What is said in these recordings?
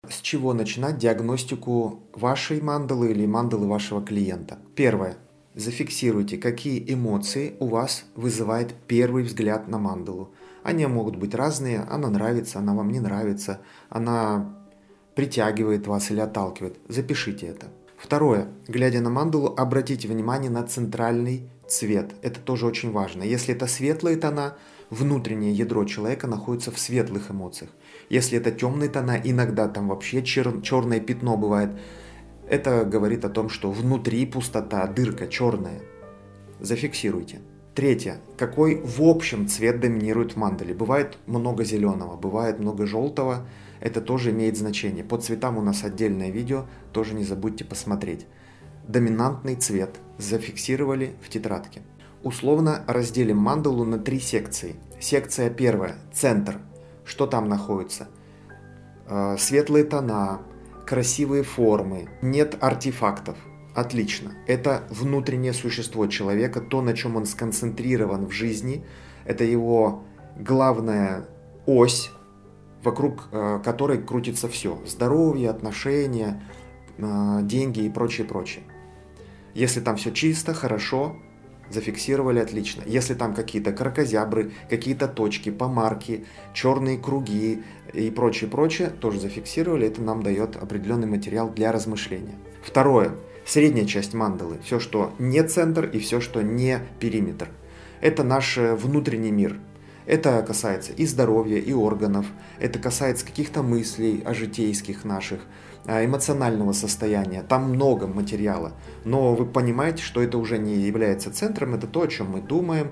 С чего начинать диагностику вашей мандалы или мандалы вашего клиента? Первое. Зафиксируйте, какие эмоции у вас вызывает первый взгляд на мандалу. Они могут быть разные, она нравится, она вам не нравится, она притягивает вас или отталкивает. Запишите это. Второе. Глядя на мандалу, обратите внимание на центральный цвет. Это тоже очень важно. Если это светлые тона, внутреннее ядро человека находится в светлых эмоциях. Если это темные тона, иногда там вообще черное пятно бывает. Это говорит о том, что внутри пустота, дырка черная. Зафиксируйте. Третье. Какой в общем цвет доминирует в мандале? Бывает много зеленого, бывает много желтого. Это тоже имеет значение. По цветам у нас отдельное видео, тоже не забудьте посмотреть. Доминантный цвет зафиксировали в тетрадке. Условно разделим мандалу на 3 секции. Секция первая – центр. Что там находится? Светлые тона, красивые формы, нет артефактов. Отлично. Это внутреннее существо человека, то, на чем он сконцентрирован в жизни. Это его главная ось, вокруг которой крутится все. Здоровье, отношения, деньги и прочее, прочее. Если там все чисто, хорошо, зафиксировали, отлично. Если там какие-то кракозябры, какие-то точки, помарки, черные круги и прочее, прочее, тоже зафиксировали. Это нам дает определенный материал для размышления. Второе. Средняя часть мандалы. Все, что не центр и все, что не периметр. Это наш внутренний мир. Это касается и здоровья, и органов. Это касается каких-то мыслей о житейских наших, эмоционального состояния. Там много материала. Но вы понимаете, что это уже не является центром. Это то, о чем мы думаем,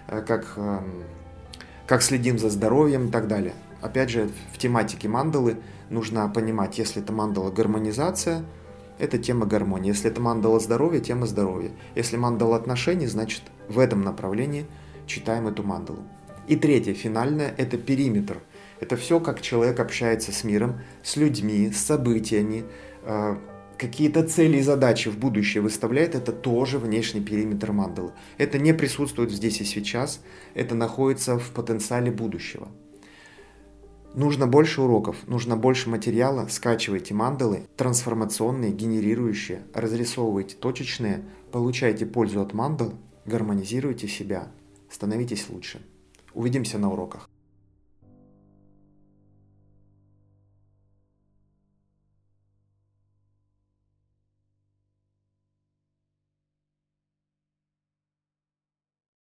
как следим за здоровьем и так далее. Опять же, в тематике мандалы нужно понимать, если это мандала гармонизация, это тема гармонии. Если это мандала здоровья, тема здоровья. Если мандала отношений, значит в этом направлении читаем эту мандалу. И третье, финальное, это периметр. Это все, как человек общается с миром, с людьми, с событиями, какие-то цели и задачи в будущее выставляет, это тоже внешний периметр мандалы. Это не присутствует здесь и сейчас, это находится в потенциале будущего. Нужно больше уроков, нужно больше материала, скачивайте мандалы, трансформационные, генерирующие, разрисовывайте точечные, получайте пользу от мандал, гармонизируйте себя, становитесь лучше. Увидимся на уроках.